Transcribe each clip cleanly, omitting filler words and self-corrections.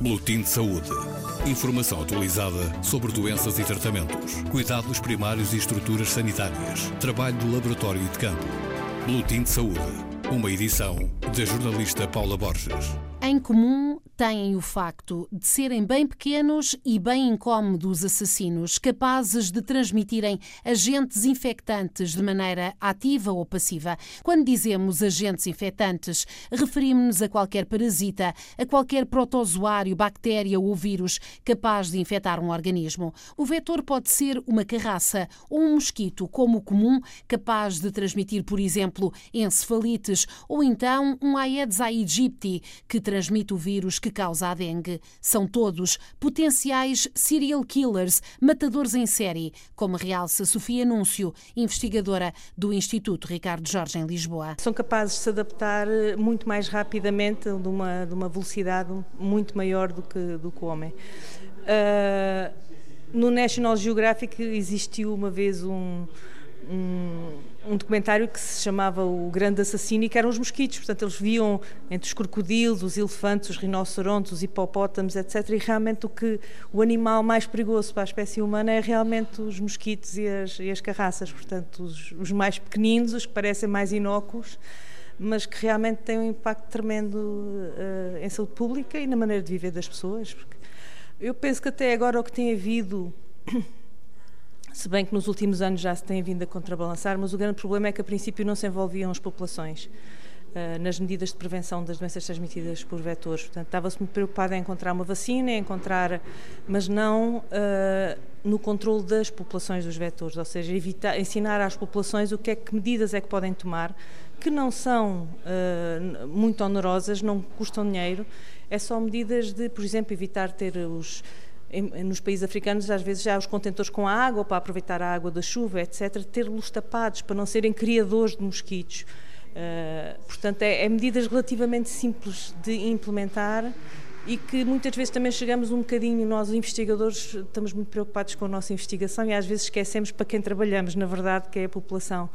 Boletim de Saúde. Informação atualizada sobre doenças e tratamentos, cuidados primários e estruturas sanitárias, trabalho do laboratório e de campo. Boletim de Saúde. Uma edição da jornalista Paula Borges. Em comum têm o facto de serem bem pequenos e bem incómodos assassinos, capazes de transmitirem agentes infectantes de maneira ativa ou passiva. Quando dizemos agentes infectantes, referimos-nos a qualquer parasita, a qualquer protozoário, bactéria ou vírus capaz de infectar um organismo. O vetor pode ser uma carraça ou um mosquito, como o comum, capaz de transmitir, por exemplo, encefalites, ou então um Aedes aegypti, que transmite o vírus que causa a dengue. São todos potenciais serial killers, matadores em série, como realça Sofia Núncio, investigadora do Instituto Ricardo Jorge em Lisboa. São capazes de se adaptar muito mais rapidamente, de uma velocidade muito maior do que o homem. No National Geographic existiu uma vez um documentário que se chamava O Grande Assassino e que eram os mosquitos. Portanto, eles viam entre os crocodilos, os elefantes, os rinocerontes, os hipopótamos, etc. E realmente o animal mais perigoso para a espécie humana é realmente os mosquitos e as carraças. Portanto, os mais pequeninos, os que parecem mais inócuos, mas que realmente têm um impacto tremendo em saúde pública e na maneira de viver das pessoas. Porque eu penso que até agora o que tem havido... Se bem que nos últimos anos já se tem vindo a contrabalançar, mas o grande problema é que a princípio não se envolviam as populações nas medidas de prevenção das doenças transmitidas por vetores. Portanto, estava-se muito preocupada em encontrar uma vacina, mas não no controle das populações dos vetores, ou seja, ensinar às populações que medidas é que podem tomar, que não são muito onerosas, não custam dinheiro, é só medidas de, por exemplo, evitar ter nos países africanos, às vezes, já os contentores com água, para aproveitar a água da chuva, etc., ter-los tapados, para não serem criadores de mosquitos. Portanto, é medidas relativamente simples de implementar e que muitas vezes também chegamos um bocadinho, nós investigadores estamos muito preocupados com a nossa investigação e às vezes esquecemos para quem trabalhamos, na verdade, que é a população.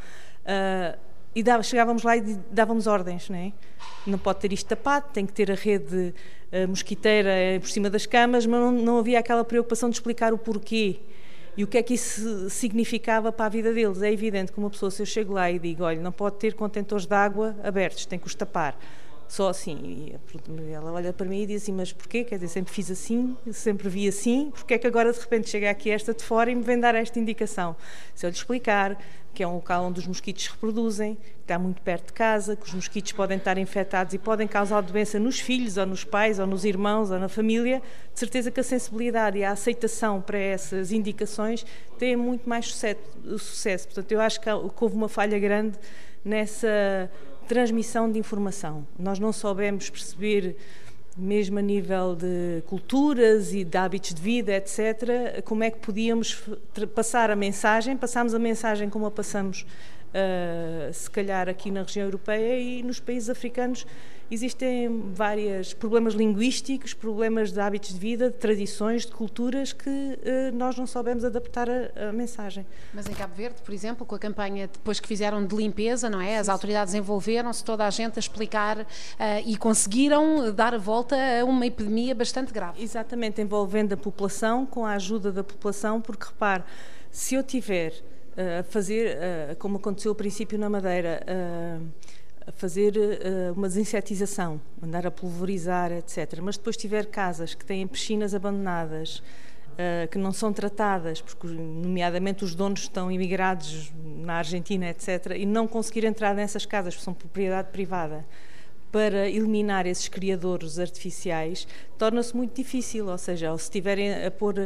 E chegávamos lá e dávamos ordens, não é? Não pode ter isto tapado, tem que ter a rede mosquiteira por cima das camas, mas não havia aquela preocupação de explicar o porquê e o que é que isso significava para a vida deles. É evidente que uma pessoa, se eu chego lá e digo, olha, não pode ter contentores de água abertos, tem que os tapar. Só assim, e ela olha para mim e diz assim, mas porquê? Quer dizer, sempre fiz assim, sempre vi assim, porque é que agora de repente chega aqui esta de fora e me vem dar esta indicação? Se eu lhe explicar que é um local onde os mosquitos se reproduzem, que está muito perto de casa, que os mosquitos podem estar infectados e podem causar doença nos filhos, ou nos pais, ou nos irmãos, ou na família, de certeza que a sensibilidade e a aceitação para essas indicações têm muito mais sucesso. Portanto, eu acho que houve uma falha grande nessa transmissão de informação. Nós não soubemos perceber, mesmo a nível de culturas e de hábitos de vida, etc., como é que podíamos passar a mensagem. Passámos a mensagem como a passamos, se calhar, aqui na região europeia, e nos países africanos existem vários problemas linguísticos, problemas de hábitos de vida, de tradições, de culturas que nós não soubemos adaptar a mensagem. Mas em Cabo Verde, por exemplo, com a campanha depois que fizeram de limpeza, não é? As autoridades envolveram-se, toda a gente a explicar e conseguiram dar a volta a uma epidemia bastante grave. Exatamente, envolvendo a população, com a ajuda da população, porque repare, se eu tiver a fazer, como aconteceu ao princípio na Madeira, a fazer uma desinsetização, andar a pulverizar, etc. Mas depois tiver casas que têm piscinas abandonadas, que não são tratadas, porque nomeadamente os donos estão imigrados na Argentina, etc., e não conseguir entrar nessas casas, porque são propriedade privada, para eliminar esses criadores artificiais, torna-se muito difícil. Ou seja, se estiverem a pôr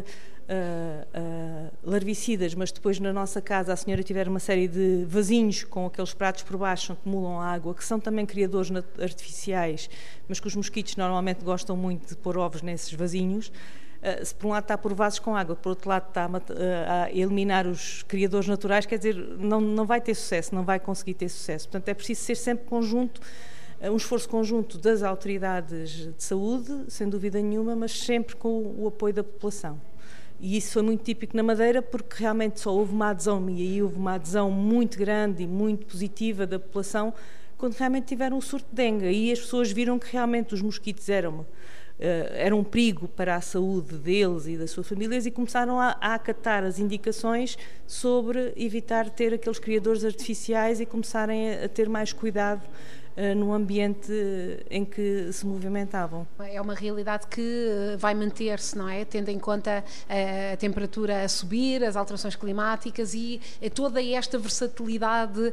larvicidas, mas depois na nossa casa a senhora tiver uma série de vasinhos com aqueles pratos por baixo que acumulam água, que são também criadores artificiais, mas que os mosquitos normalmente gostam muito de pôr ovos nesses vasinhos. Se por um lado está a pôr vasos com água, por outro lado está a eliminar os criadores naturais, quer dizer, não vai ter sucesso, não vai conseguir ter sucesso. Portanto, é preciso ser sempre conjunto, um esforço conjunto das autoridades de saúde, sem dúvida nenhuma, mas sempre com o apoio da população. E isso foi muito típico na Madeira, porque realmente só houve uma adesão, e aí houve uma adesão muito grande e muito positiva da população, quando realmente tiveram o surto de dengue. E as pessoas viram que realmente os mosquitos eram era um perigo para a saúde deles e das suas famílias, e começaram a acatar as indicações sobre evitar ter aqueles criadores artificiais e começarem a ter mais cuidado no ambiente em que se movimentavam. É uma realidade que vai manter-se, não é? Tendo em conta a temperatura a subir, as alterações climáticas e toda esta versatilidade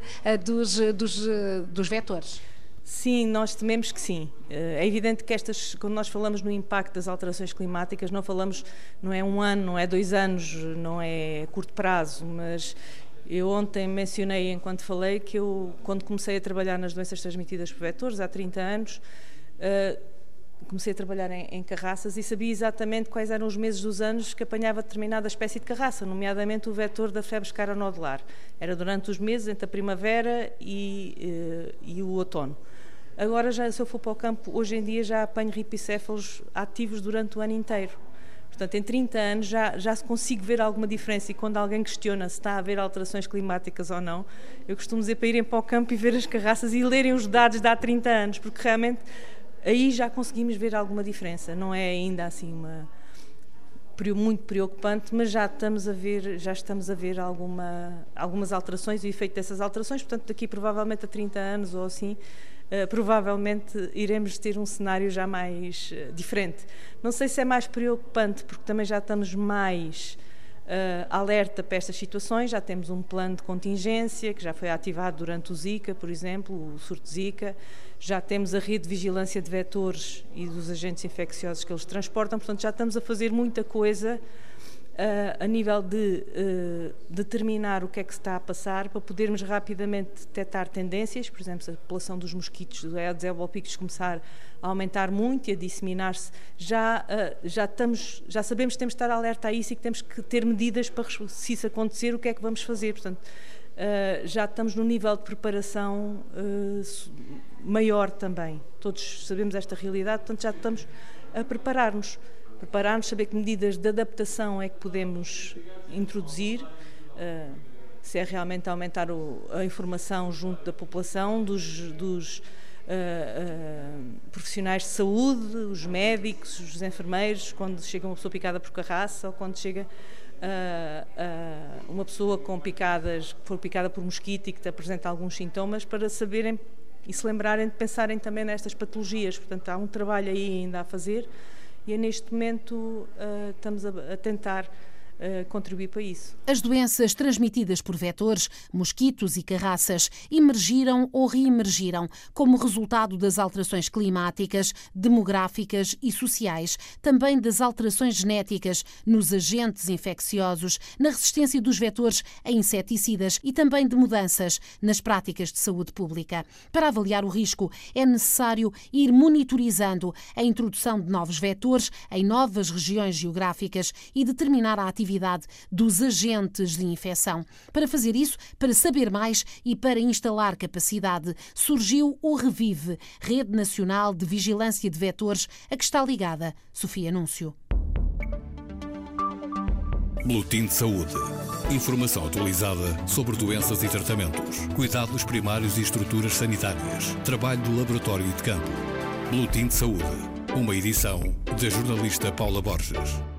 dos vetores. Sim, nós tememos que sim. É evidente que quando nós falamos no impacto das alterações climáticas, não é um ano, não é 2 anos, não é curto prazo, mas eu ontem mencionei, enquanto falei, que eu, quando comecei a trabalhar nas doenças transmitidas por vetores, há 30 anos, comecei a trabalhar em carraças e sabia exatamente quais eram os meses dos anos que apanhava determinada espécie de carraça, nomeadamente o vetor da febre escaronodular. Era durante os meses entre a primavera e o outono. Agora, se eu for para o campo, hoje em dia já apanho ripicéfalos ativos durante o ano inteiro. Portanto, em 30 anos já se consigo ver alguma diferença, e quando alguém questiona se está a haver alterações climáticas ou não, eu costumo dizer para irem para o campo e ver as carraças e lerem os dados de há 30 anos, porque realmente aí já conseguimos ver alguma diferença. Não é ainda assim muito preocupante, mas já estamos a ver algumas alterações e o efeito dessas alterações. Portanto, daqui provavelmente a 30 anos ou assim, provavelmente iremos ter um cenário já mais diferente. Não sei se é mais preocupante, porque também já estamos mais alerta para estas situações, já temos um plano de contingência que já foi ativado durante o Zika, por exemplo, o surto de Zika, já temos a rede de vigilância de vetores e dos agentes infecciosos que eles transportam, portanto já estamos a fazer muita coisa a nível de determinar o que é que se está a passar, para podermos rapidamente detectar tendências. Por exemplo, se a população dos mosquitos do Aedes albopictus começar a aumentar muito e a disseminar-se, já sabemos que temos de estar alerta a isso e que temos que ter medidas para, se isso acontecer, o que é que vamos fazer. Portanto, já estamos num nível de preparação maior também. Todos sabemos esta realidade, portanto já estamos a preparar-nos, saber que medidas de adaptação é que podemos introduzir, se é realmente aumentar a informação junto da população, dos profissionais de saúde, os médicos, os enfermeiros, quando chega uma pessoa picada por carraça, ou quando chega uma pessoa que for picada por mosquito e que apresenta alguns sintomas, para saberem e se lembrarem de pensarem também nestas patologias. Portanto, há um trabalho aí ainda a fazer, e neste momento estamos a tentar contribuir para isso. As doenças transmitidas por vetores, mosquitos e carraças emergiram ou reemergiram como resultado das alterações climáticas, demográficas e sociais, também das alterações genéticas nos agentes infecciosos, na resistência dos vetores a inseticidas e também de mudanças nas práticas de saúde pública. Para avaliar o risco, é necessário ir monitorizando a introdução de novos vetores em novas regiões geográficas e determinar a atividade dos agentes de infecção. Para fazer isso, para saber mais e para instalar capacidade, surgiu o REVIVE, Rede Nacional de Vigilância de Vetores, a que está ligada Sofia Núncio. Boletim de Saúde. Informação atualizada sobre doenças e tratamentos, cuidados primários e estruturas sanitárias, trabalho do laboratório e de campo. Boletim de Saúde. Uma edição da jornalista Paula Borges.